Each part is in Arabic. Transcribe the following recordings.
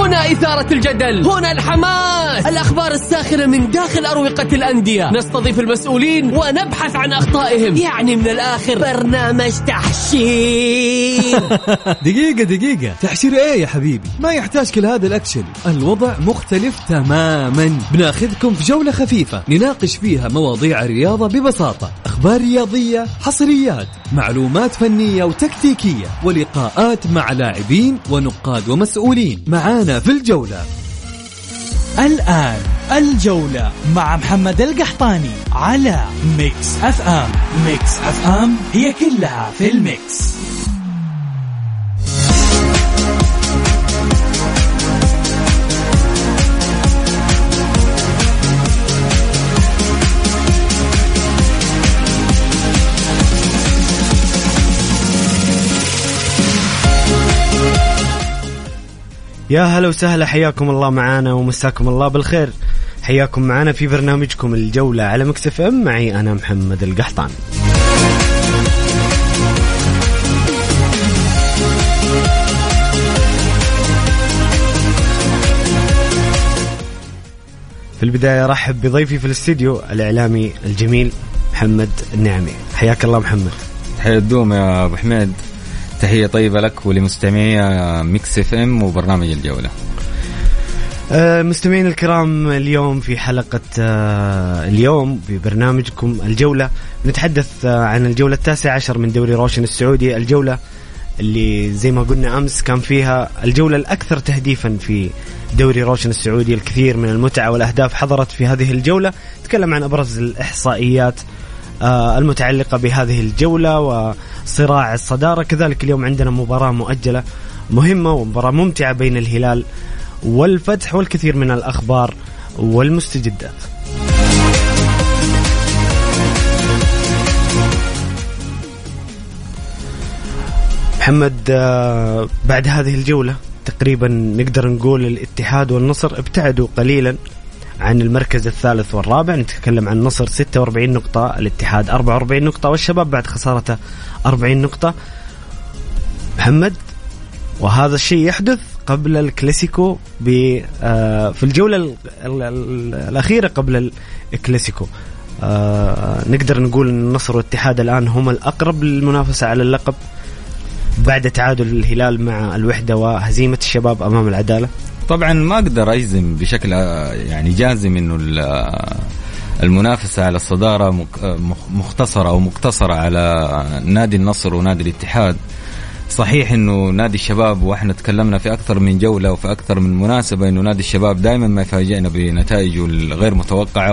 هنا إثارة الجدل، هنا الحماس، الأخبار الساخنة من داخل أروقة الأندية، نستضيف المسؤولين ونبحث عن أخطائهم. يعني من الآخر برنامج تحشير. دقيقة تحشير ايه يا حبيبي؟ ما يحتاج كل هذا الأكشن. الوضع مختلف تماما. بناخذكم في جولة خفيفة نناقش فيها مواضيع الرياضة ببساطة، أخبار رياضية، حصريات، معلومات فنية وتكتيكية، ولقاءات مع لاعبين ونقاد ومسؤولين. معانا في الجولة. الآن الجولة مع محمد القحطاني على ميكس اف ام. ميكس اف ام هي كلها في الميكس. يا هلا وسهلا، حياكم الله معانا ومساكم الله بالخير. حياكم معانا في برنامجكم الجولة على ميكس اف ام، معي أنا محمد القحطاني. في البداية رحب بضيفي في الاستديو الإعلامي الجميل محمد النعمي. حياك الله محمد. تحية الدوم يا أبو حميد، تحية طيبة لك ولمستمعي ميكس اف ام وبرنامج الجولة. مستمعين الكرام، اليوم في حلقة اليوم في برنامجكم الجولة نتحدث عن الجولة 19 من دوري روشن السعودي، الجولة اللي زي ما قلنا أمس كان فيها الجولة الأكثر تهديفا في دوري روشن السعودي. الكثير من المتعة والأهداف حضرت في هذه الجولة. نتكلم عن أبرز الإحصائيات المتعلقة بهذه الجولة وصراع الصدارة. كذلك اليوم عندنا مباراة مؤجلة مهمة ومباراة ممتعة بين الهلال والفتح، والكثير من الأخبار والمستجدات. محمد، بعد هذه الجولة تقريبا نقدر نقول الاتحاد والنصر ابتعدوا قليلا عن المركز الثالث والرابع. نتكلم عن النصر 46 نقطة، الاتحاد 44 نقطة، والشباب بعد خسارته 40 نقطة. محمد، وهذا الشيء يحدث قبل الكلاسيكو في الجولة الأخيرة قبل الكلاسيكو. نقدر نقول أن النصر والاتحاد الآن هم الأقرب للمنافسة على اللقب بعد تعادل الهلال مع الوحدة وهزيمة الشباب أمام العدالة. طبعا ما أقدر أجزم بشكل يعني جازم إنه المنافسة على الصدارة مختصرة أو مقتصرة على نادي النصر ونادي الاتحاد. صحيح إنه نادي الشباب، وإحنا تكلمنا في أكثر من جولة وفي أكثر من مناسبة إنه نادي الشباب دائما ما يفاجئنا بنتائجه الغير متوقعة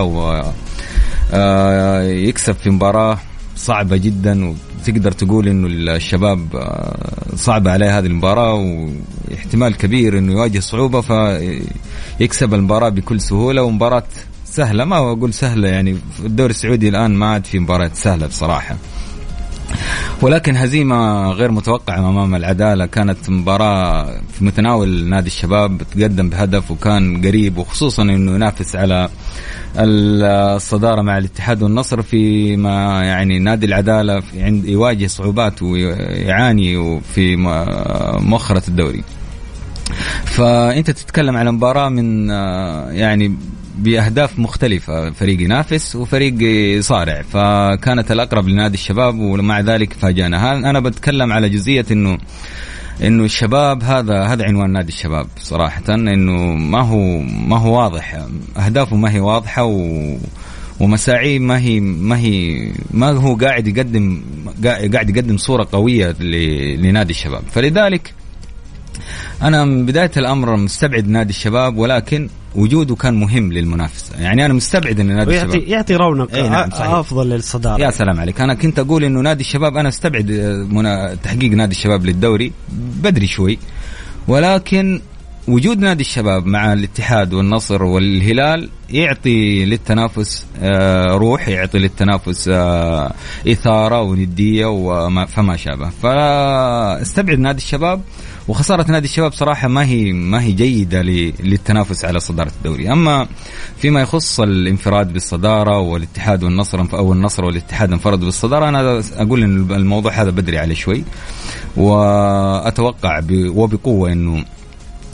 ويكسب في مباراة صعبة جدا، وتقدر تقول إنه الشباب صعبة عليه هذه المباراة واحتمال كبير إنه يواجه صعوبة فيكسب المباراة بكل سهولة. ومباراة سهلة، ما أقول سهلة يعني، الدوري السعودي الآن ما عاد في مباراة سهلة بصراحة، ولكن هزيمة غير متوقعة أمام العدالة. كانت مباراة في متناول نادي الشباب، تقدم بهدف وكان قريب، وخصوصا إنه ينافس على الصدارة مع الاتحاد والنصر، فيما يعني نادي العدالة يواجه صعوبات ويعاني في مؤخرة الدوري. فأنت تتكلم على مباراة من يعني بأهداف مختلفة، فريق ينافس وفريق صارع، فكانت الأقرب لنادي الشباب، ومع ذلك فاجأنا. أنا بتكلم على جزئية إنه الشباب هذا عنوان نادي الشباب صراحة، إنه ما هو واضح، أهدافه ما هي واضحة، ومساعيه ما هو قاعد يقدم صورة قوية لنادي الشباب. فلذلك أنا من بداية الأمر مستبعد نادي الشباب، ولكن وجوده كان مهم للمنافسة. يعني أنا مستبعد أن نادي الشباب يعطي رونق نعم أفضل للصدارة. يا سلام عليك، أنا كنت أقول إنه نادي الشباب، أنا استبعد تحقيق نادي الشباب للدوري بدري شوي، ولكن وجود نادي الشباب مع الاتحاد والنصر والهلال يعطي للتنافس روح، يعطي للتنافس إثارة وندية فما شابه. فاستبعد نادي الشباب، وخسارة نادي الشباب صراحة ما هي جيدة للتنافس على صدارة الدوري. أما فيما يخص الانفراد بالصدارة والاتحاد والنصر، أو النصر والاتحاد انفردوا بالصدارة، أنا أقول إن الموضوع هذا بدري عليه شوي، وأتوقع وبقوة إنه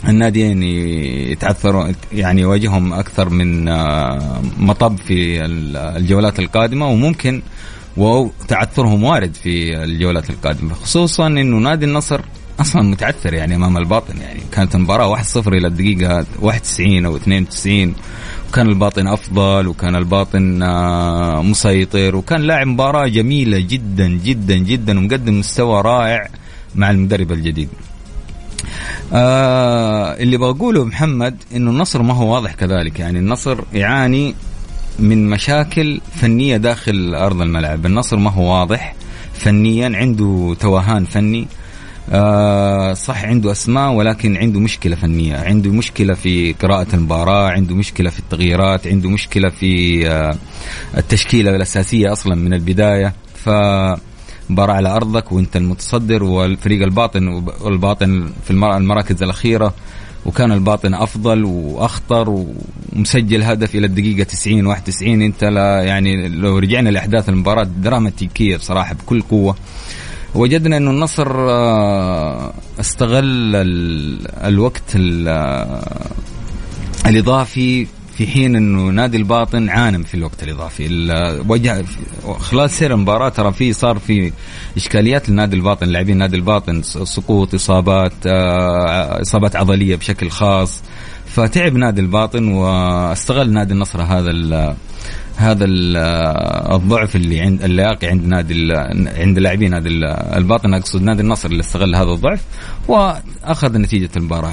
الناديين يتعثروا، يعني يواجههم أكثر من مطب في الجولات القادمة، وممكن وتعثرهم وارد في الجولات القادمة، خصوصا إنه نادي النصر أصلا متعثر يعني أمام الباطن. يعني كانت المباراة 1-0 إلى الدقيقة 91 أو 92، وكان الباطن أفضل، وكان الباطن مسيطر، وكان لاعب مباراة جميلة جدا جدا جدا، ومقدم مستوى رائع مع المدرب الجديد. اللي بقوله محمد إنه النصر ما هو واضح كذلك، يعني النصر يعاني من مشاكل فنية داخل أرض الملعب. النصر ما هو واضح فنيا، عنده توهان فني، صح عنده أسماء ولكن عنده مشكلة فنية، عنده مشكلة في قراءة المباراة، عنده مشكلة في التغييرات، عنده مشكلة في التشكيلة الأساسية أصلا من البداية. فمباراة على أرضك وانت المتصدر، والفريق الباطن في المراكز الأخيرة، وكان الباطن أفضل وأخطر ومسجل هدف إلى الدقيقة 90-91. انت يعني لو رجعنا لأحداث المباراة دراماتيكية بصراحة بكل قوة. وجدنا أنه النصر استغل الوقت الإضافي، في حين أنه نادي الباطن عانى في الوقت الإضافي. وجه خلال سير المباراة ترى صار في إشكاليات لنادي الباطن، لاعبين نادي الباطن سقوط، إصابات عضلية بشكل خاص، فتعب نادي الباطن، واستغل نادي النصر هذا الضعف اللي واقع عند لاعبين نادي الباطن، اقصد نادي النصر اللي استغل هذا الضعف واخذ نتيجة المباراة.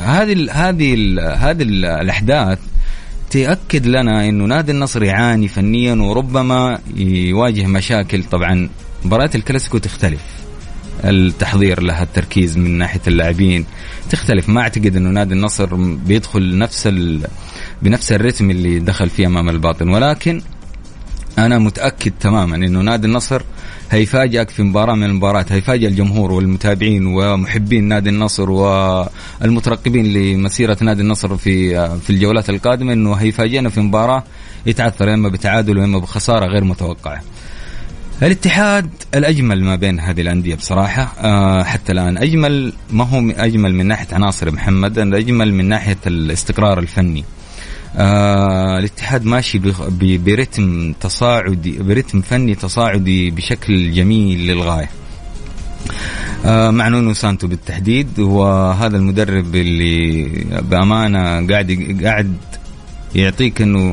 هذه الاحداث تأكد لنا انه نادي النصر يعاني فنيا، وربما يواجه مشاكل. طبعا مباراة الكلاسيكو تختلف، التحضير لها، التركيز من ناحية اللاعبين تختلف. ما اعتقد انه نادي النصر بيدخل بنفس الرتم اللي دخل فيه امام الباطن، ولكن أنا متأكد تماما إنه نادي النصر هيفاجئك في مباراة من المباريات، هيفاجئ الجمهور والمتابعين ومحبين نادي النصر والمترقبين لمسيرة نادي النصر في الجولات القادمة، إنه هيفاجئنا في مباراة يتعثر إما بتعادل وإما بخسارة غير متوقعة. الاتحاد الأجمل ما بين هذه الأندية بصراحة، حتى الآن أجمل، ما هو أجمل من ناحية عناصر محمد، الأجمل من ناحية الاستقرار الفني. الاتحاد ماشي برتم تصاعدي، برتم فني تصاعدي بشكل جميل للغاية، مع نونو سانتو بالتحديد. وهذا المدرب اللي بأمانة قاعد يعطيك انه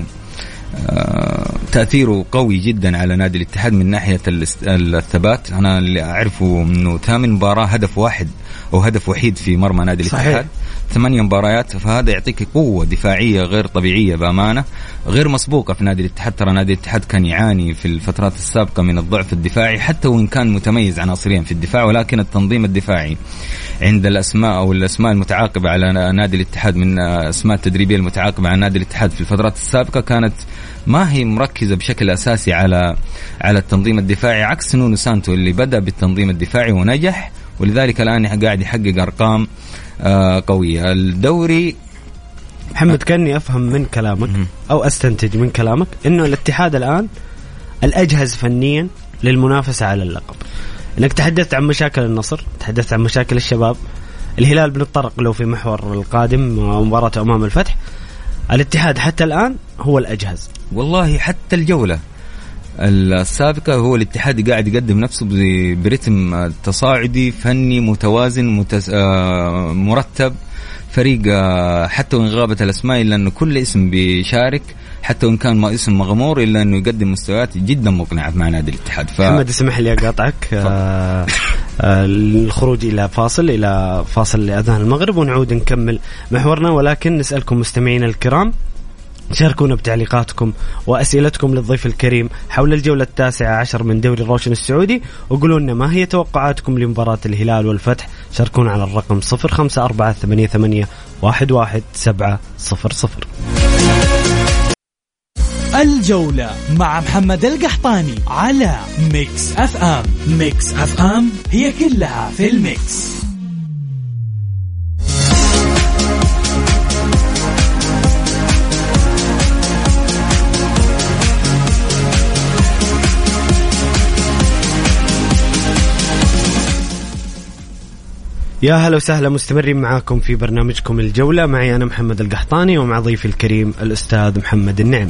تأثيره قوي جدا على نادي الاتحاد من ناحية الثبات. أنا اللي أعرفه أنه 8 مباراة هدف واحد أو هدف وحيد في مرمى نادي الاتحاد، 8 مباريات، فهذا يعطيك قوة دفاعية غير طبيعية بأمانة، غير مسبوقة في نادي الاتحاد. ترى نادي الاتحاد كان يعاني في الفترات السابقة من الضعف الدفاعي، حتى وإن كان متميز عناصريا في الدفاع، ولكن التنظيم الدفاعي عند الأسماء أو الأسماء المتعاقبة على نادي الاتحاد من أسماء التدريبية المتعاقبة على نادي الاتحاد في الفترات السابقة كانت ما هي مركزة بشكل أساسي على التنظيم الدفاعي، عكس نونو سانتو اللي بدأ بالتنظيم الدفاعي ونجح، ولذلك الآن قاعد يحقق أرقام قوية. الدوري محمد كأني أفهم من كلامك أو أستنتج من كلامك إنه الاتحاد الآن الأجهز فنيا للمنافسة على اللقب. إنك تحدثت عن مشاكل النصر، تحدثت عن مشاكل الشباب، الهلال بنتطرق له في محور القادم مباراة أمام الفتح. الاتحاد حتى الآن هو الأجهز والله. حتى الجولة السابقة هو الاتحاد قاعد يقدم نفسه برتم تصاعدي فني متوازن مرتب، فريق حتى وإن غابت الأسماء إلا أنه كل اسم بيشارك، حتى وإن كان ما اسم مغمور إلا أنه يقدم مستويات جدا مقنعة مع نادي الاتحاد. محمد اسمح لي أقاطعك الخروج إلى فاصل لأذان المغرب، ونعود نكمل محورنا، ولكن نسألكم مستمعينا الكرام شاركونا بتعليقاتكم وأسئلتكم للضيف الكريم حول الجولة 19 من دوري الروشن السعودي، وقولوا لنا ما هي توقعاتكم لمباراة الهلال والفتح. شاركونا على الرقم 0548811700. الجولة مع محمد القحطاني على ميكس اف ام. ميكس اف ام هي كلها في الميكس. يا هلا وسهلا، مستمرين معاكم في برنامجكم الجولة. معي أنا محمد القحطاني ومع ضيفي الكريم الأستاذ محمد النعمي.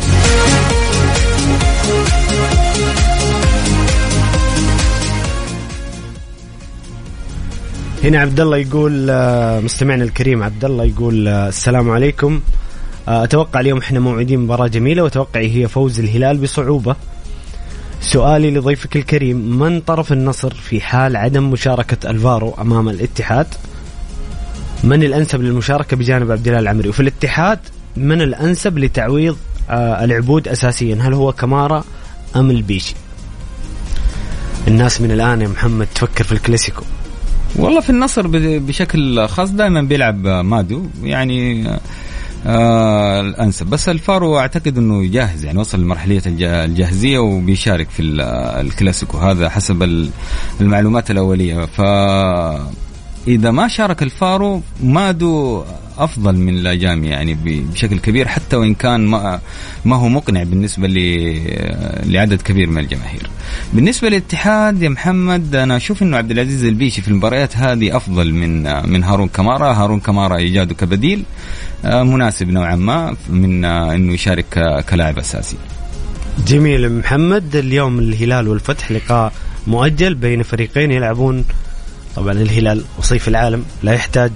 هنا عبد الله يقول، مستمعنا الكريم عبد الله يقول السلام عليكم، أتوقع اليوم احنا موعدين مباراة جميلة وتوقعي هي فوز الهلال بصعوبة. سؤالي لضيفك الكريم، من طرف النصر في حال عدم مشاركة الفارو أمام الاتحاد؟ من الأنسب للمشاركة بجانب عبد الله العمري؟ وفي الاتحاد من الأنسب لتعويض العبود أساسيا؟ هل هو كمارا أم البيشي؟ الناس من الآن يا محمد تفكر في الكلاسيكو. والله في النصر بشكل خاص دائما بيلعب مادو، يعني الأنسب، بس الفارو أعتقد أنه جاهز، يعني وصل لمرحلة الجاهزية وبيشارك في الكلاسيكو، هذا حسب المعلومات الأولية. فإذا ما شارك الفارو مادو أفضل من لاجامي يعني بشكل كبير، حتى وإن كان ما هو مقنع بالنسبة لعدد كبير من الجماهير. بالنسبة للاتحاد يا محمد، أنا أشوف أنه عبد العزيز البيشي في المباريات هذه أفضل من هارون كمارا. هارون كمارا إيجاده كبديل مناسب نوعا ما من أنه يشارك كلاعب أساسي. جميل محمد. اليوم الهلال والفتح لقاء مؤجل بين فريقين يلعبون، طبعا الهلال وصيف العالم لا يحتاج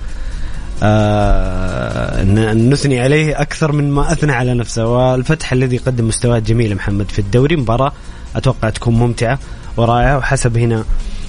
أن نثني عليه أكثر من ما أثنى على نفسه، والفتح الذي قدم مستويات جميلة محمد في الدوري. مباراة أتوقع تكون ممتعة ورائعة، وحسب هنا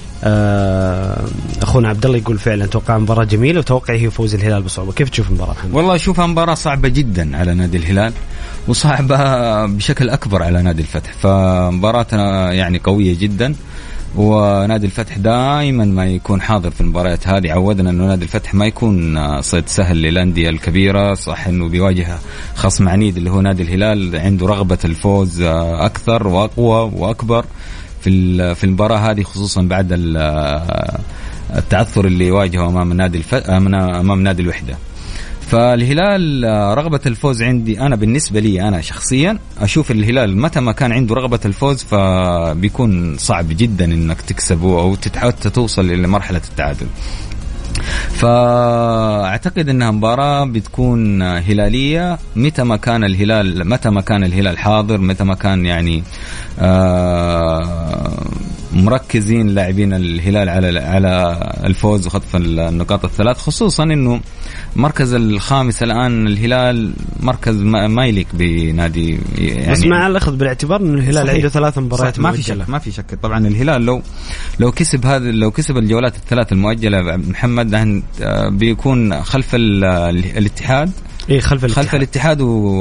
أخونا عبد الله يقول فعلا توقع مباراة جميلة وتوقع هي فوز الهلال بصعوبة. كيف تشوف المباراة محمد؟ والله أشوفها مباراة صعبة جدا على نادي الهلال وصعبة بشكل أكبر على نادي الفتح، فمباراتنا يعني قوية جدا، ونادي الفتح دائما ما يكون حاضر في المباريات هذه. عودنا انه نادي الفتح ما يكون صيد سهل للانديه الكبيره، صح انه بيواجه خصم عنيد اللي هو نادي الهلال، عنده رغبه الفوز اكثر واقوى واكبر في المباراه هذه، خصوصا بعد التعثر اللي يواجهه امام نادي الوحده. فالهلال رغبة الفوز عندي أنا، بالنسبة لي أنا شخصيا أشوف الهلال متى ما كان عنده رغبة الفوز فبيكون صعب جدا إنك تكسبه أو توصل إلى مرحلة التعادل. فأعتقد أنها مباراة بتكون هلالية متى ما كان الهلال حاضر، متى ما كان يعني مركزين لاعبين الهلال على الفوز وخطف النقاط الثلاث، خصوصا انه مركز الخامس الان الهلال مركز ما يليق بنادي يعني، بس مع الاخذ بالاعتبار انه الهلال عنده 3 مباريات مؤجلة. ما في شك طبعا الهلال لو كسب الجولات الثلاث المؤجلة محمد بيكون خلف الاتحاد، خلف الاتحاد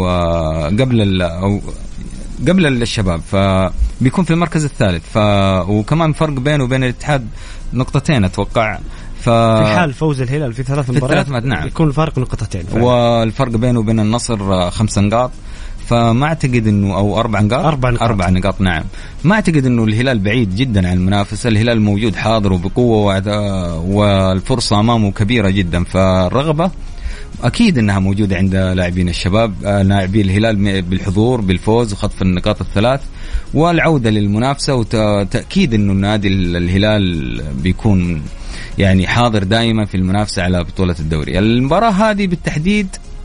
قبل الشباب، فبيكون في المركز الثالث، وكمان فرق بينه وبين الاتحاد نقطتين أتوقع. في حال فوز الهلال في 3 مباريات نعم يكون الفرق نقطتين، والفرق بينه وبين النصر 5 نقاط، فما أعتقد إنه أو 4 نقاط نعم. ما أعتقد إنه الهلال بعيد جدا عن المنافسة، الهلال موجود حاضر وبقوة والفرصة أمامه كبيرة جدا، فالرغبة أكيد أنها موجودة عند لاعبين الشباب، لاعبين الهلال بالحضور بالفوز وخطف النقاط الثلاث والعودة للمنافسة، وتأكيد أنه نادي الهلال بيكون يعني حاضر دائما في المنافسة على بطولة الدوري. المباراة هذه بالتحديد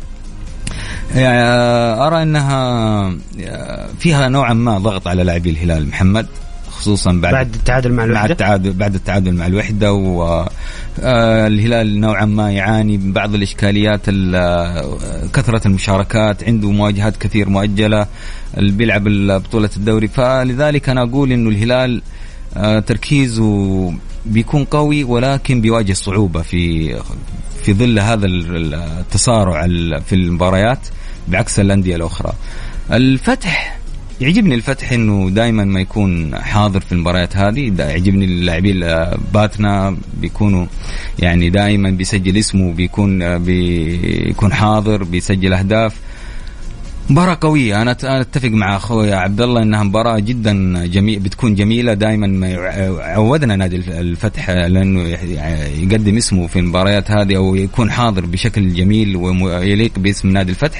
أرى أنها فيها نوعا ما ضغط على لاعبي الهلال محمد، خصوصا بعد التعادل مع الوحدة. بعد التعادل مع الوحدة، والهلال نوعا ما يعاني من بعض الإشكاليات، كثرة المشاركات، عنده مواجهات كثير مؤجلة، بيلعب بطولة الدوري، فلذلك أنا أقول إنه الهلال تركيزه بيكون قوي، ولكن بيواجه صعوبة في ظل هذا التسارع في المباريات بعكس الأندية الأخرى. الفتح يعجبني الفتح انه دائما ما يكون حاضر في المباريات هذه، يعجبني اللاعبين باتنا بيكونوا يعني دائما بيسجل اسمه، بيكون حاضر بيسجل اهداف. مباراة قوية، أنا أتفق مع أخوي عبد الله إنها مباراة جدا بتكون جميلة. دائما ما عودنا نادي الفتح لأنه يقدم اسمه في المباريات هذه أو يكون حاضر بشكل جميل ويليق باسم نادي الفتح.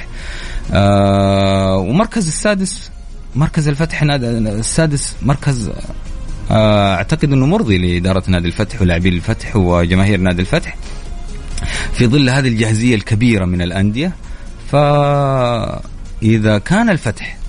ومركز السادس، مركز الفتح السادس مركز أعتقد أنه مرضي لإدارة نادي الفتح ولاعبين الفتح وجماهير نادي الفتح في ظل هذه الجاهزية الكبيرة من الأندية. فإذا كان الفتح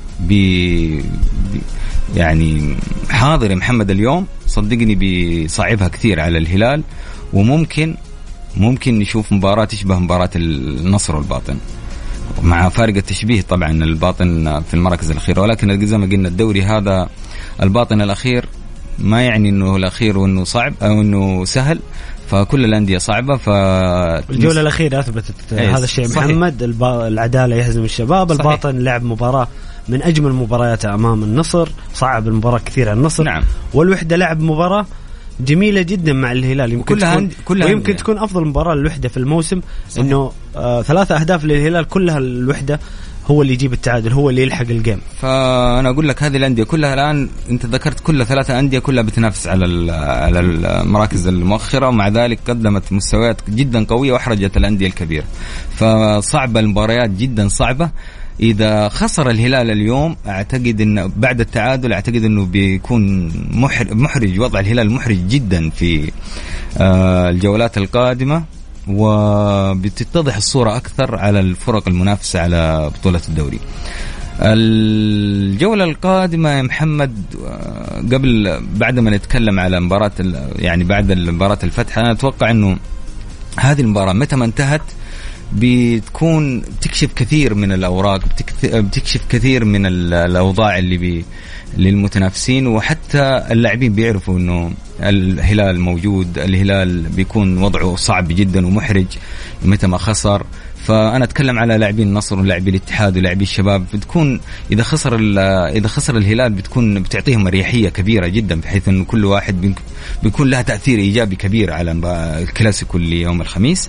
يعني حاضر محمد اليوم، صدقني بيصعبها كثير على الهلال، وممكن نشوف مباراة تشبه مباراة النصر والباطن، مع فارق التشبيه طبعا الباطن في المراكز الأخيرة. ولكن زي ما قلنا الدوري هذا الباطن الأخير ما يعني أنه الأخير وأنه صعب أو أنه سهل، فكل الأندية صعبة. الجولة الأخيرة أثبتت هذا الشيء محمد. العدالة يهزم الشباب. صحيح. الباطن لعب مباراة من أجمل مبارياته أمام النصر، صعب المباراة كثير على النصر. نعم. والوحدة لعب مباراة جميلة جدا مع الهلال، يمكن تكون أفضل مباراة للوحدة في الموسم. صحيح. إنه 3 أهداف للهلال كلها الوحدة هو اللي يجيب التعادل، هو اللي يلحق الجيم. فأنا أقول لك هذه الأندية كلها الآن أنت ذكرت كل 3 أندية كلها بتنافس على المراكز المؤخرة، ومع ذلك قدمت مستويات جدا قوية وأحرجت الأندية الكبيرة. فصعبة المباريات جدا صعبة. إذا خسر الهلال اليوم أعتقد أن بعد التعادل أعتقد أنه بيكون محرج، وضع الهلال محرج جدا في الجولات القادمة، وبتتضح الصورة أكثر على الفرق المنافسة على بطولة الدوري. الجولة القادمة يا محمد، بعد ما نتكلم على مباراة يعني بعد مباراة الفتح، أنا أتوقع أنه هذه المباراة متى ما انتهت بتكون تكشف كثير من الأوراق، بتكشف كثير من الأوضاع للمتنافسين، وحتى اللاعبين بيعرفوا أنه الهلال موجود، الهلال بيكون وضعه صعب جدا ومحرج متى ما خسر. فأنا أتكلم على لاعبين النصر ولاعبين الاتحاد ولاعبين الشباب، بتكون إذا خسر الهلال بتعطيهم أريحية كبيرة جدا، بحيث أنه كل واحد بيكون لها تأثير إيجابي كبير على الكلاسيكو اللي يوم الخميس.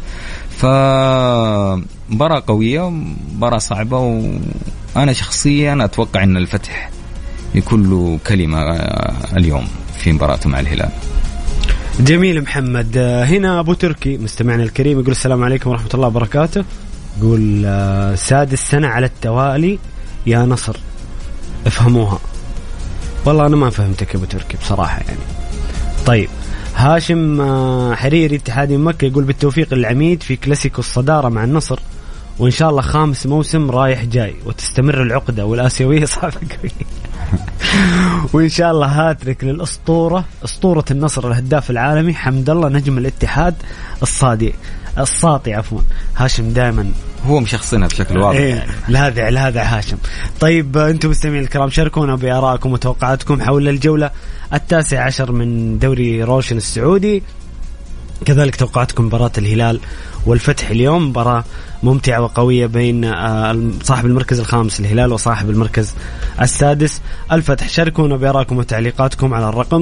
فمباراة قوية، مباراة صعبة، وأنا شخصيا أتوقع أن الفتح يكون له كلمة اليوم في مباراته مع الهلال. جميل محمد. هنا أبو تركي مستمعنا الكريم يقول السلام عليكم ورحمة الله وبركاته. يقول 6 سنة على التوالي يا نصر، افهموها. والله أنا ما فهمتك يا أبو تركي بصراحة يعني. طيب هاشم حريري اتحادي مكة يقول بالتوفيق للعميد في كلاسيكو الصدارة مع النصر، وإن شاء الله 5 موسم رايح جاي وتستمر العقدة والآسيوية صعبة قوي. وإن شاء الله هاتريك للأسطورة، أسطورة النصر الهداف العالمي حمد الله نجم الاتحاد الساطي عفوا. هاشم دائما هو مشخصنها بشكل واضح. لهذا هاشم. طيب أنتم مستمعين الكرام شاركونا بآرائكم وتوقعاتكم حول الجولة 19 من دوري روشن السعودي، كذلك توقعاتكم مباراة الهلال والفتح اليوم، مباراة ممتعة وقوية بين صاحب المركز الخامس الهلال وصاحب المركز السادس الفتح. شاركونا بآرائكم وتعليقاتكم على الرقم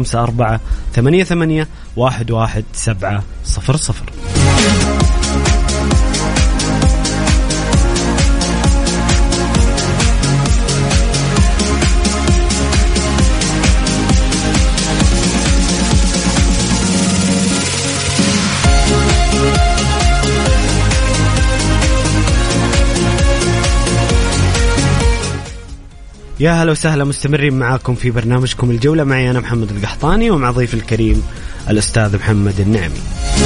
0548811700. يا هلا وسهلا، مستمرين معاكم في برنامجكم الجولة، معي أنا محمد القحطاني ومع ضيف الكريم الأستاذ محمد النعمي.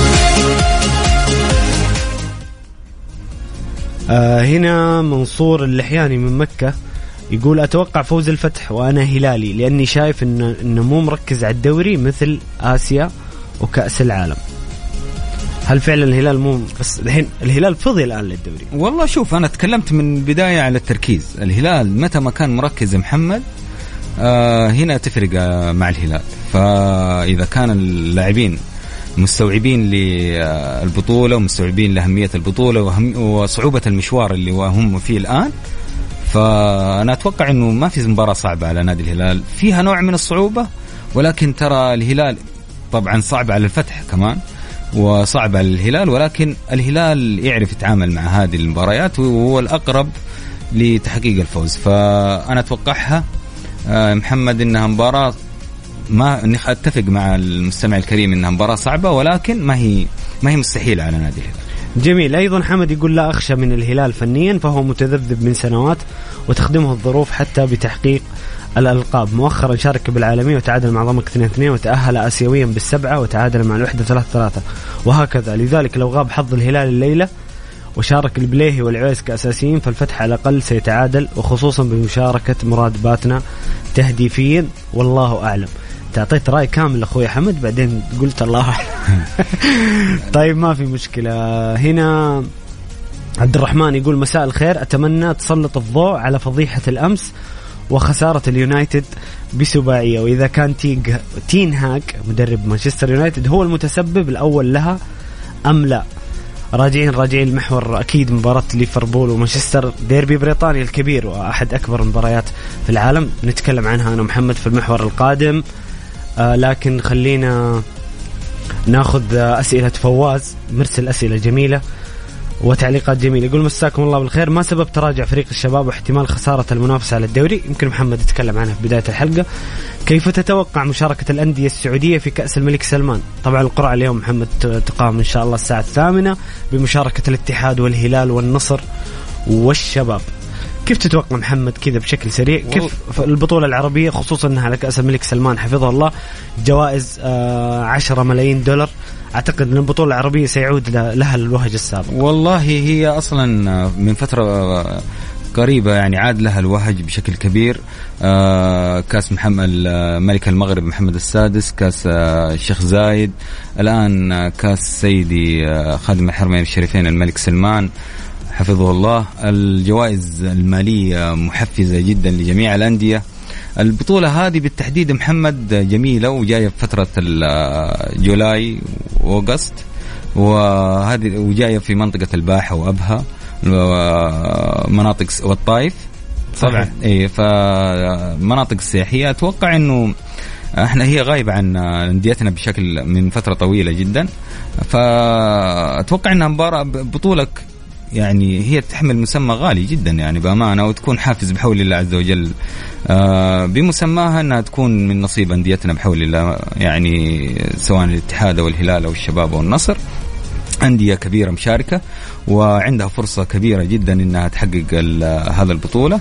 هنا منصور اللحياني من مكة يقول أتوقع فوز الفتح وأنا هلالي، لأني شايف إنه مو مركز على الدوري مثل آسيا وكأس العالم. هل فعلا الهلال مو بس الحين الهلال فضي الآن للدوري؟ والله شوف، أنا تكلمت من البداية على التركيز. الهلال متى ما كان مركز محمد هنا تفرق مع الهلال. فإذا كان اللاعبين مستوعبين للبطولة ومستوعبين لأهمية البطولة وصعوبة المشوار اللي هم فيه الآن، فأنا أتوقع أنه ما في مباراة صعبة على نادي الهلال، فيها نوع من الصعوبة، ولكن ترى الهلال طبعا صعب على الفتح كمان وصعب على الهلال، ولكن الهلال يعرف يتعامل مع هذه المباريات وهو الأقرب لتحقيق الفوز. فأنا أتوقعها محمد إنها مباراة، ما أتفق مع المستمع الكريم إنها مباراة صعبة، ولكن ما هي مستحيلة على نادي الهلال. جميل. أيضا حمد يقول لا أخشى من الهلال فنيا، فهو متذبذب من سنوات وتخدمه الظروف حتى بتحقيق الألقاب. مؤخرا شارك بالعالمية وتعادل مع ضمك 2-2 وتأهل آسيويا بالسبعة وتعادل مع الوحدة 3-3 وهكذا. لذلك لو غاب حظ الهلال الليلة وشارك البليهي والعويس كأساسيين فالفتح على الأقل سيتعادل، وخصوصا بمشاركة مراد باتنا تهديفيا والله أعلم. تعطيت رأي كامل أخوي حمد بعدين قلت الله أعلم. طيب ما في مشكلة. هنا عبد الرحمن يقول مساء الخير، أتمنى تسلط الضوء على فضيحة الأمس وخسارة اليونايتد بسباعية، وإذا كان تين هاج مدرب مانشستر يونايتد هو المتسبب الأول لها أم لا. راجعين المحور أكيد مباراة ليفربول ومانشستر، ديربي بريطانيا الكبير وأحد أكبر المباريات في العالم، نتكلم عنها أنا ومحمد في المحور القادم. لكن خلينا ناخذ أسئلة فواز، مرسل أسئلة جميلة وتعليقات جميلة. يقول مساكم الله بالخير، ما سبب تراجع فريق الشباب واحتمال خسارة المنافسة على الدوري؟ يمكن محمد يتكلم عنها في بداية الحلقة. كيف تتوقع مشاركة الأندية السعودية في كأس الملك سلمان؟ طبعا القرعة اليوم محمد تقام إن شاء الله الساعة 8 بمشاركة الاتحاد والهلال والنصر والشباب. كيف تتوقع محمد كذا بشكل سريع كيف البطولة العربية، خصوصا أنها على كأس الملك سلمان حفظه الله جوائز 10 ملايين دولار؟ أعتقد أن البطولة العربية سيعود لها الوهج السابق. والله هي أصلا من فترة قريبة يعني عاد لها الوهج بشكل كبير. كاس محمد ملك المغرب محمد السادس، كاس الشيخ زايد، الآن كاس سيدي خادم الحرمين الشريفين الملك سلمان حفظه الله. الجوائز المالية محفزة جدا لجميع الأندية. البطولة هذه بالتحديد محمد جميلة وجاية في فترة جولاي وأغسطس، وهذه وجاية في منطقة الباحة وأبها مناطق والطائف طبعا. اي فمناطق السياحية أتوقع إنه احنا هي غايبة عن أنديتنا بشكل من فترة طويلة جدا، فأتوقع إنها مباراة بطولة يعني هي تحمل مسمى غالي جدا يعني بأمانة، وتكون حافز بحول الله عز وجل بمسماها أنها تكون من نصيب أنديتنا بحول الله، يعني سواء الاتحاد أو الهلال أو الشباب أو النصر، أندية كبيرة مشاركة وعندها فرصة كبيرة جدا إنها تحقق هذا البطولة.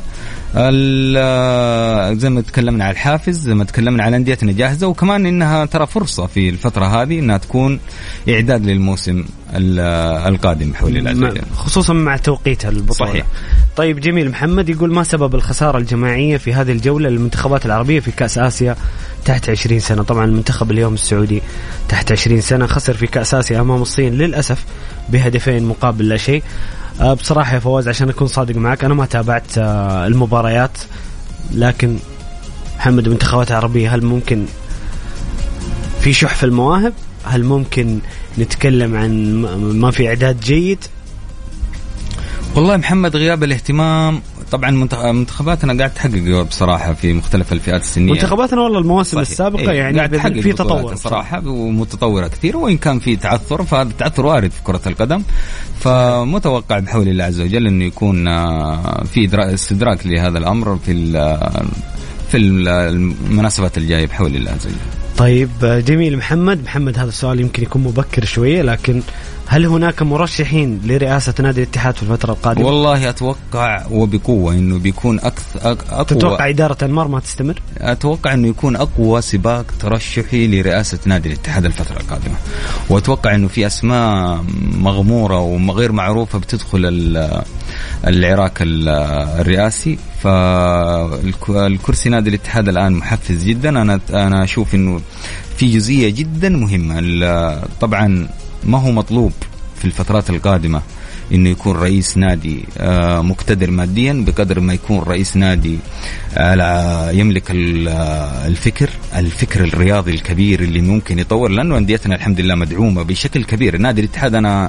زي ما تكلمنا على الحافز، زي ما تكلمنا على أنديتنا جاهزة، وكمان إنها ترى فرصة في الفترة هذه إنها تكون إعداد للموسم القادم بحول الله عز وجل، خصوصا مع توقيتها البطولة. صحيح. طيب جميل. محمد يقول ما سبب الخسارة الجماعية في هذه الجولة للمنتخبات العربية في كأس آسيا تحت 20 سنة؟ طبعا المنتخب اليوم السعودي تحت 20 سنة خسر في كأس آسيا أمام الصين للأسف بهدفين مقابل لا شيء. بصراحة يا فواز عشان أكون صادق معك أنا ما تابعت المباريات، لكن محمد منتخبات عربية هل ممكن في شح في المواهب؟ هل ممكن نتكلم عن ما في إعداد جيد؟ والله محمد غياب الاهتمام طبعا. منتخباتنا قاعد تحقق بصراحة في مختلف الفئات السنية. منتخباتنا والله المواسم السابقة يعني في تطور صراحة ومتطورة كثير، وإن كان في تعثر فهذا التعثر وارد في كرة القدم، فمتوقع بحول الله عز وجل أنه يكون في استدراك لهذا الأمر في المناسبات الجاية بحول الله عز وجل. طيب جميل. محمد هذا السؤال يمكن يكون مبكر شوية، لكن هل هناك مرشحين لرئاسة نادي الاتحاد في الفترة القادمة؟ والله أتوقع وبقوة إنه بيكون أقوى. تتوقع إدارة أنمار ما تستمر؟ أتوقع إنه يكون أقوى سباق ترشحي لرئاسة نادي الاتحاد الفترة القادمة، وأتوقع إنه في أسماء مغمورة وغير معروفة بتدخل العراك الرئاسي، فالكرسي نادي الاتحاد الآن محفز جدا. أنا أشوف إنه في جزئية جدا مهمة. طبعا ما هو مطلوب في الفترات القادمة إنه يكون رئيس نادي مقتدر ماديا بقدر ما يكون رئيس نادي يملك الفكر الرياضي الكبير اللي ممكن يطور، لأنه أنديتنا الحمد لله مدعومة بشكل كبير. نادي الاتحاد أنا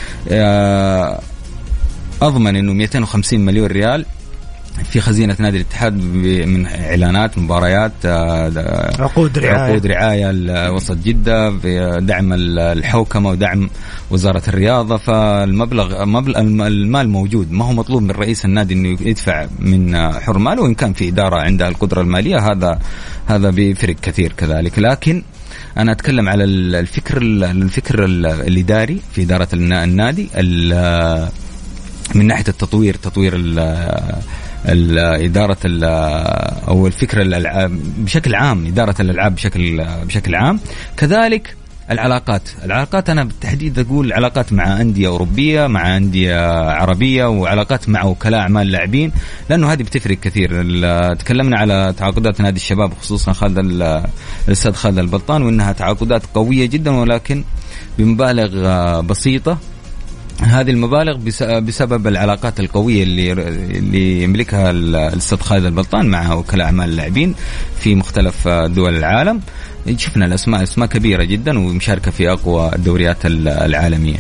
أضمن إنه 250 مليون ريال في خزينة نادي الاتحاد من إعلانات مباريات عقود رعاية وسط جدة، دعم الحوكمة ودعم وزارة الرياضة. المال موجود، ما هو مطلوب من رئيس النادي إنه يدفع من حر ماله، وإن كان في إدارة عندها القدرة المالية هذا بيفرق كثير كذلك. لكن أنا أتكلم على الفكر الإداري في إدارة النادي من ناحية تطوير إدارة أو الفكرة الألعاب بشكل عام، إدارة الألعاب بشكل عام. كذلك العلاقات أنا بالتحديد أقول علاقات مع أندية أوروبية، مع أندية عربية، وعلاقات مع وكلاء أعمال لاعبين، لأنه هذه بتفرق كثير. تكلمنا على تعاقدات نادي الشباب خصوصا الأستاذ خالد البلطان، وإنها تعاقدات قوية جدا ولكن بمبالغ بسيطة. هذه المبالغ بسبب العلاقات القوية اللي يملكها الأستاذ خالد البلطان مع وكلاء أعمال اللاعبين في مختلف دول العالم. شفنا الأسماء كبيرة جدا ومشاركة في أقوى الدوريات العالمية.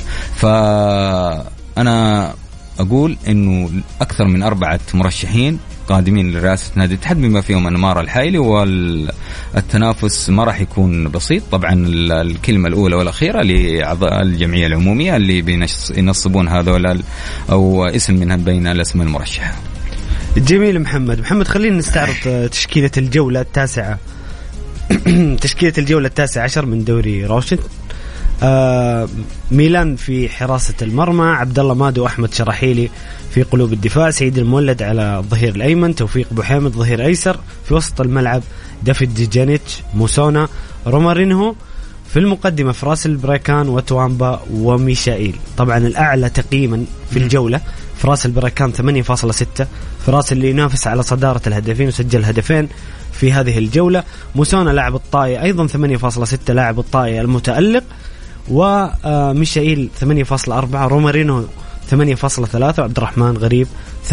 فأنا أقول إنه أكثر من 4 مرشحين قادمين لرئاسة نادي الاتحاد بما فيهم أنمار الحايلي، والتنافس ما راح يكون بسيط. طبعا الكلمة الأولى والأخيرة لأعضاء الجمعية العمومية اللي بينصبون هذول أو اسم من بين الأسماء المرشحة. جميل. محمد خلينا نستعرض تشكيلة الجولة التاسعة تشكيلة الجولة 19 من دوري روشن. ميلان في حراسة المرمى، عبد الله مادو وأحمد شراحيلي في قلوب الدفاع، سعيد المولد على الظهير الأيمن، توفيق بوحامد ظهير أيسر، في وسط الملعب دافيد ديجانيتش، موسونا، رومارينهو، في المقدمة فراس البريكان وتوامبا وميشائيل. طبعا الأعلى تقييما في الجولة فراس البريكان 8.6، فراس اللي ينافس على صدارة الهدفين وسجل هدفين في هذه الجولة. موسونا لاعب الطائي أيضا 8.6، لاعب الطائي المتألق، وميشائيل 8.4، رومارينو 8.3، وعبد الرحمن غريب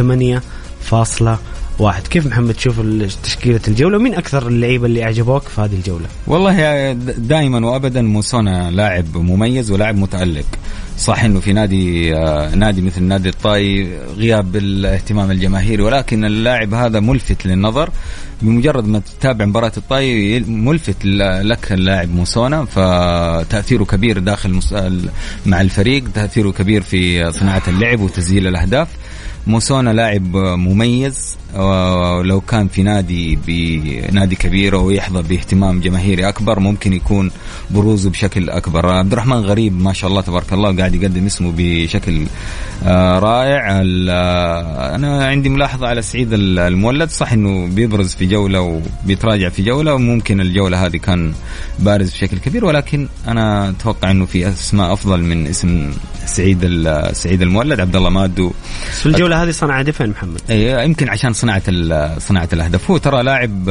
8.1. كيف محمد تشوف تشكيلة الجولة؟ ومين أكثر اللعيبة اللي أعجبوك في هذه الجولة؟ والله دائما وأبدا موسونا لاعب مميز ولاعب متألق. صح إنه في نادي مثل نادي الطائي غياب الاهتمام الجماهيري، ولكن اللاعب هذا ملفت للنظر. بمجرد ما تتابع مباراة الطائي ملفت لك اللاعب موسونا، فتأثيره كبير داخل مع الفريق، تأثيره كبير في صناعة اللعب وتسجيل الأهداف. موسونا لاعب مميز، ولو كان في نادي كبير ويحظى باهتمام جماهيري أكبر ممكن يكون بروزه بشكل أكبر. عبد الرحمن غريب ما شاء الله تبارك الله قاعد يقدم اسمه بشكل رائع. أنا عندي ملاحظة على سعيد المولد، صح إنه بيبرز في جولة وبيتراجع في جولة، وممكن الجولة هذه كان بارز بشكل كبير، ولكن أنا أتوقع إنه في أسماء أفضل من اسم سعيد المولد. عبد الله مادو في الجولة هذه صنع هدفين محمد، يمكن عشان صناعة الأهداف. هو ترى لاعب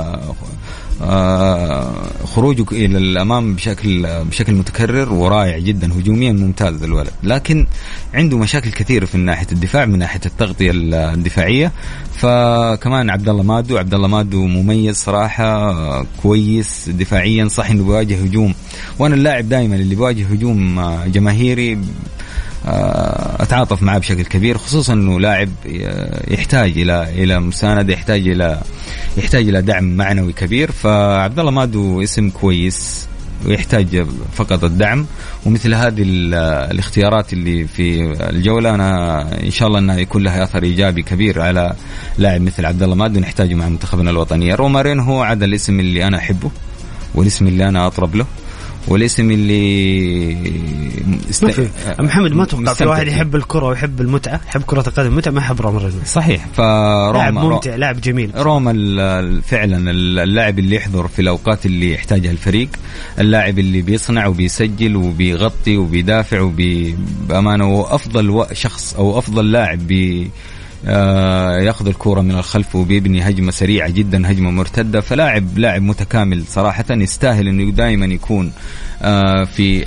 خروجه إلى الأمام بشكل متكرر ورائع جدا، هجوميا ممتاز الولد، لكن عنده مشاكل كثيرة في ناحية الدفاع، من ناحية التغطية الدفاعية. فكمان عبد الله مادو مميز صراحة، كويس دفاعيا. صح إنه بيواجه هجوم، وأنا اللاعب دائما اللي بيواجه هجوم جماهيري أتعاطف معه بشكل كبير، خصوصا أنه لاعب يحتاج إلى مساندة، يحتاج إلى دعم معنوي كبير. فعبد الله مادو اسم كويس ويحتاج فقط الدعم، ومثل هذه الاختيارات اللي في الجولة أنا إن شاء الله أنها يكون لها أثر إيجابي كبير على لاعب مثل عبد الله مادو نحتاجه مع منتخبنا الوطني. رومارين هو عاد الاسم اللي أنا أحبه، والاسم اللي أنا أطرب له، والاسم اللي محمد ما توقع في واحد يحب الكرة ويحب المتعة، يحب كرة القدم المتعة، ما يحب روما. صحيح. لاعب ممتع، لاعب جميل. روما فعلا اللاعب اللي يحضر في الأوقات اللي يحتاجها الفريق، اللاعب اللي بيصنع وبيسجل وبيغطي وبيدافع وبأمانة، وأفضل شخص أو أفضل لاعب ياخذ الكرة من الخلف وبيبني هجمة سريعة جدا، هجمة مرتدة. فلاعب متكامل صراحة، يستاهل انه دائما يكون في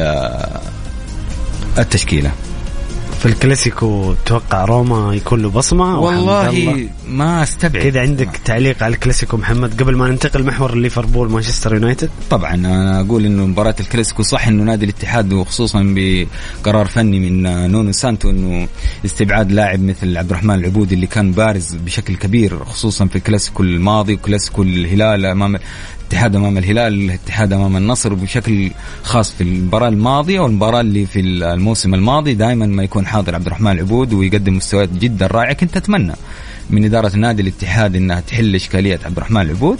التشكيلة. في الكلاسيكو توقع روما يكون له بصمة؟ والله ما استبعد. كذا عندك تعليق على الكلاسيكو محمد قبل ما ننتقل محور ليفربول مانشستر يونايتد؟ طبعا أنا أقول إنه مباراة الكلاسيكو صح إنه نادي الاتحاد، وخصوصا بقرار فني من نونو سانتو إنه استبعاد لاعب مثل عبد الرحمن العبودي اللي كان بارز بشكل كبير، خصوصا في الكلاسيكو الماضي وكلاسيكو الهلال أمام الاتحاد، أمام الهلال، الاتحاد أمام النصر، بشكل خاص في المباراة الماضية والمباراة اللي في الموسم الماضي. دائما ما يكون حاضر عبد الرحمن العبود ويقدم مستويات جدا رائعة. كنت أتمنى من إدارة نادي الاتحاد إنها تحل إشكالية عبد الرحمن العبود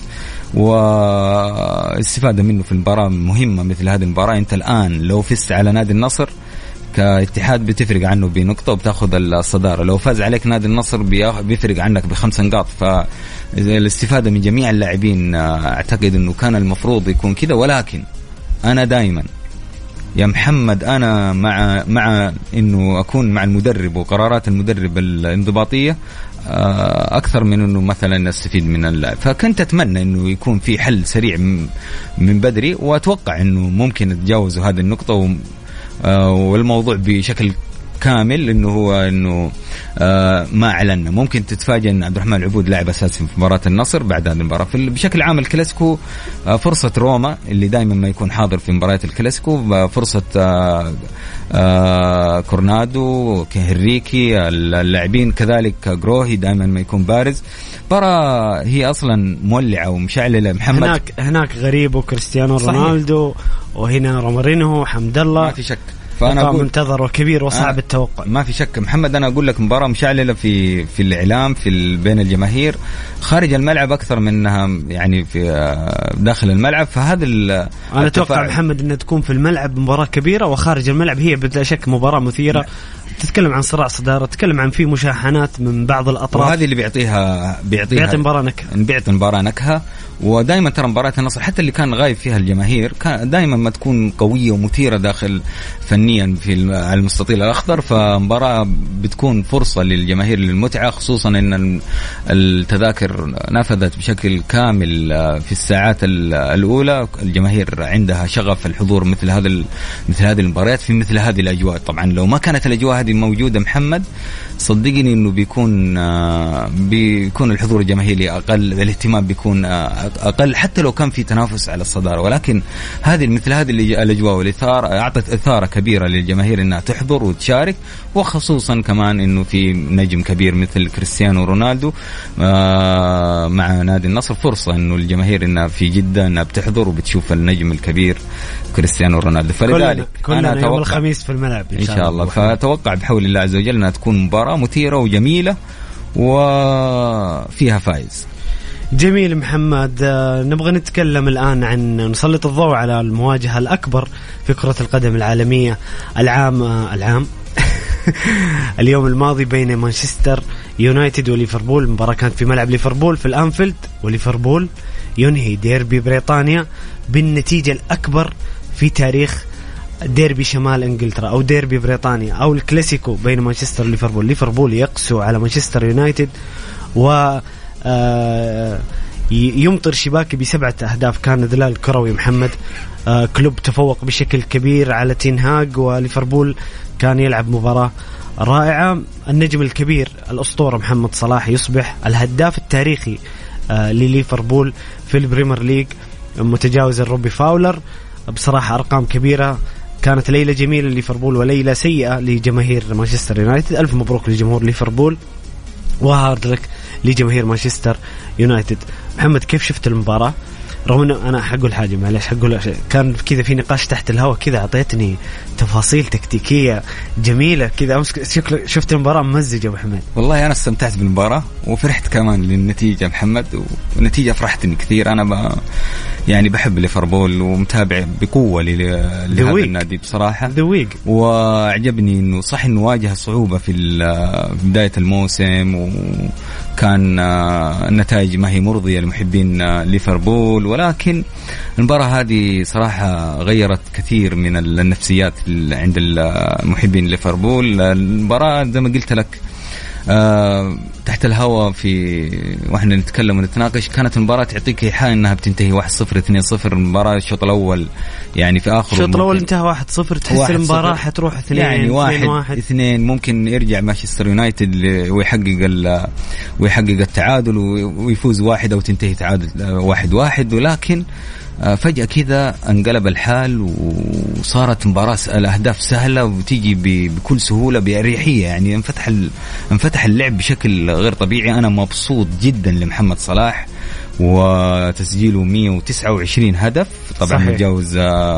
واستفادة منه في المباراة مهمة مثل هذه المباراة. أنت الآن لو فزت على نادي النصر كاتحاد بتفرق عنه بنقطة وبتاخذ الصدارة. لو فاز عليك نادي النصر بيفرق عنك ب5 نقاط. فالاستفادة من جميع اللاعبين أعتقد أنه كان المفروض يكون كذا. ولكن أنا دائما يا محمد أنا مع إنه أكون مع المدرب وقرارات المدرب الانضباطية أكثر من إنه مثلا نستفيد من اللاعب. فكنت أتمنى إنه يكون في حل سريع من بدري، وأتوقع إنه ممكن يتجاوزوا هذه النقطة والموضوع بشكل كامل إنه هو إنه ما أعلنا. ممكن تتفاجئ إن عبد الرحمن العبود لاعب أساسي في مباراة النصر بعد هذه المباراة. بشكل عام الكلاسيكو فرصة روما اللي دائما ما يكون حاضر في مباريات الكلاسيكو، فرصة كورنادو كهريكي اللاعبين كذلك جروهي دائما ما يكون بارز. مباراة هي أصلا مولعة ومشعللة. محمد هناك غريب وكريستيانو رونالدو، وهنا رومارينو وحمد الله، ما في شك. فأنا منتظر وكبير وصعب التوقع. ما في شك محمد. أنا أقول لك مباراة مشعللة في الإعلام بين الجماهير، خارج الملعب أكثر منها يعني في داخل الملعب. فهذا أنا أتوقع محمد أن تكون في الملعب مباراة كبيرة، وخارج الملعب هي بلا شك مباراة مثيرة. تتكلم عن صراع صدارة، تتكلم عن في مشاحنات من بعض الأطراف، وهذه اللي بيعطي مباراة نكهة. ودائما ترى مباراة النصر حتى اللي كان غايب فيها الجماهير كان دائما ما تكون قوية ومثيرة داخل فنيا على المستطيل الأخضر. فمباراة بتكون فرصة للجماهير للمتعة، خصوصا أن التذاكر نفذت بشكل كامل في الساعات الأولى. الجماهير عندها شغف الحضور مثل هذه المباريات في مثل هذه الأجواء. طبعا لو ما كانت الأجواء هذه موجودة محمد، صدقني إنه بيكون الحضور الجماهيري أقل، الاهتمام بيكون أقل، حتى لو كان في تنافس على الصدارة. ولكن مثل هذه الأجواء والإثارة أعطت إثارة كبيرة للجماهير إنها تحضر وتشارك، وخصوصا كمان إنه في نجم كبير مثل كريستيانو رونالدو مع نادي النصر، فرصة إنه الجماهير إنها في جدة إنها بتحضر وبتشوف النجم الكبير كريستيانو رونالدو. فلذلك أنا يوم الخميس في الملعب إن شاء الله. فأتوقع بحول الله عز وجل أنها تكون مباراة مثيرة وجميلة وفيها فائز. جميل محمد. نبغى نتكلم الآن عن نسلط الضوء على المواجهة الأكبر في كرة القدم العالمية العام اليوم الماضي بين مانشستر يونايتد وليفربول. المباراة كانت في ملعب ليفربول في الأنفيلد، وليفربول ينهي ديربي بريطانيا بالنتيجة الأكبر في تاريخ ديربي شمال انجلترا او ديربي بريطانيا او الكلاسيكو بين مانشستر وليفربول. ليفربول يقسو على مانشستر يونايتد و يمطر شباكي ب7 أهداف. كان ذلال كروي محمد. كلوب تفوق بشكل كبير على تنهاج، وليفربول كان يلعب مباراة رائعة. النجم الكبير الأسطورة محمد صلاح يصبح الهداف التاريخي لليفربول في البريمير ليج، متجاوز الروبي فاولر. بصراحة أرقام كبيرة. كانت ليلة جميلة لليفربول وليلة سيئة لجماهير مانشستر يونايتد. ألف مبروك لجمهور ليفربول وهارد لك لجماهير مانشستر يونايتد. محمد كيف شفت المباراة؟ رغم أنا حقول حاجة معلش، حقول كان كذا في نقاش تحت الهواء كذا، أعطيتني تفاصيل تكتيكية جميلة كذا. شفت المباراة ممزجة محمد. والله أنا استمتعت بالمباراة وفرحت كمان للنتيجة محمد، والنتيجة فرحتني كثير. أنا يعني بحب ليفربول ومتابع بقوة لهذا النادي بصراحة. وأعجبني إنه صح إنه واجه صعوبة في بداية الموسم، وكان النتائج ما هي مرضية لمحبين ليفربول، ولكن المباراة هذه صراحة غيرت كثير من النفسيات عند المحبين ليفربول. المباراة زي ما قلت لك تحت الهواء واحنا نتكلم ونتناقش، كانت المباراة تعطيك إيحاء انها بتنتهي 1-0 2-0. المباراة الشوط الاول يعني في اخر الشوط الاول انتهى 1-0، تحس المباراة حتروح 2 يعني 1-2. ممكن يرجع مانشستر يونايتد ويحقق التعادل ويفوز 1 أو تنتهي تعادل 1-1، ولكن فجأة كذا انقلب الحال وصارت مباراة الأهداف سهلة وتيجي بكل سهولة بأريحية. يعني انفتح اللعب بشكل غير طبيعي. أنا مبسوط جدا لمحمد صلاح وتسجيله 129 هدف طبعا صحيح. متجاوز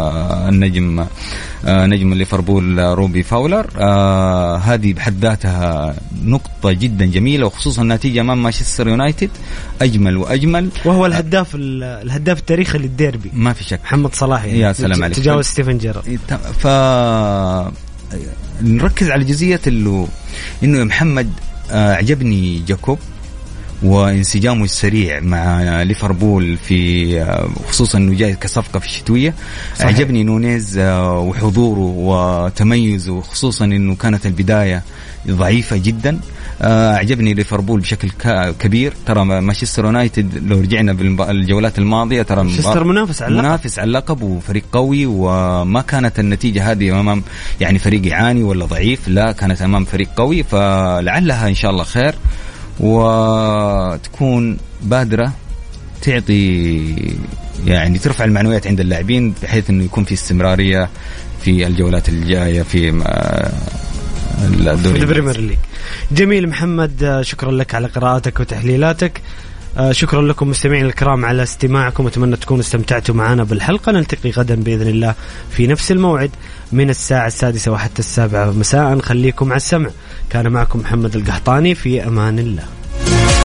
نجم ليفربول روبي فاولر. هذه بحد ذاتها نقطة جدا جميلة، وخصوصا النتيجة أمام مانشستر يونايتد أجمل وأجمل. وهو الهداف التاريخي للديربي ما في شك، محمد صلاح يعني. يا سلام عليك. تجاوز ستيفن جيرارد. نركز على جزئية إنه يا محمد أعجبني جاكوب وانسجامه السريع مع ليفربول في خصوصا انه جاي كصفقه في الشتويه. صحيح. عجبني نونيز وحضوره وتميزه، خصوصا انه كانت البدايه ضعيفه جدا. أعجبني ليفربول بشكل كبير. ترى مانشستر يونايتد لو رجعنا بالجولات الماضيه ترى مانشستر منافس على اللقب وفريق قوي، وما كانت النتيجه هذه امام يعني فريق يعاني ولا ضعيف، لا كانت امام فريق قوي. فلعلها ان شاء الله خير وتكون بادرة تعطي يعني ترفع المعنويات عند اللاعبين بحيث انه يكون في استمرارية في الجولات الجاية في البريمير ليج. جميل محمد، شكرا لك على قراءتك وتحليلاتك. شكرا لكم مستمعين الكرام على استماعكم، أتمنى تكونوا استمتعتوا معنا بالحلقة. نلتقي غدا بإذن الله في نفس الموعد من الساعة 6 وحتى 7 مساء. خليكم على السمع. كان معكم محمد القحطاني، في أمان الله.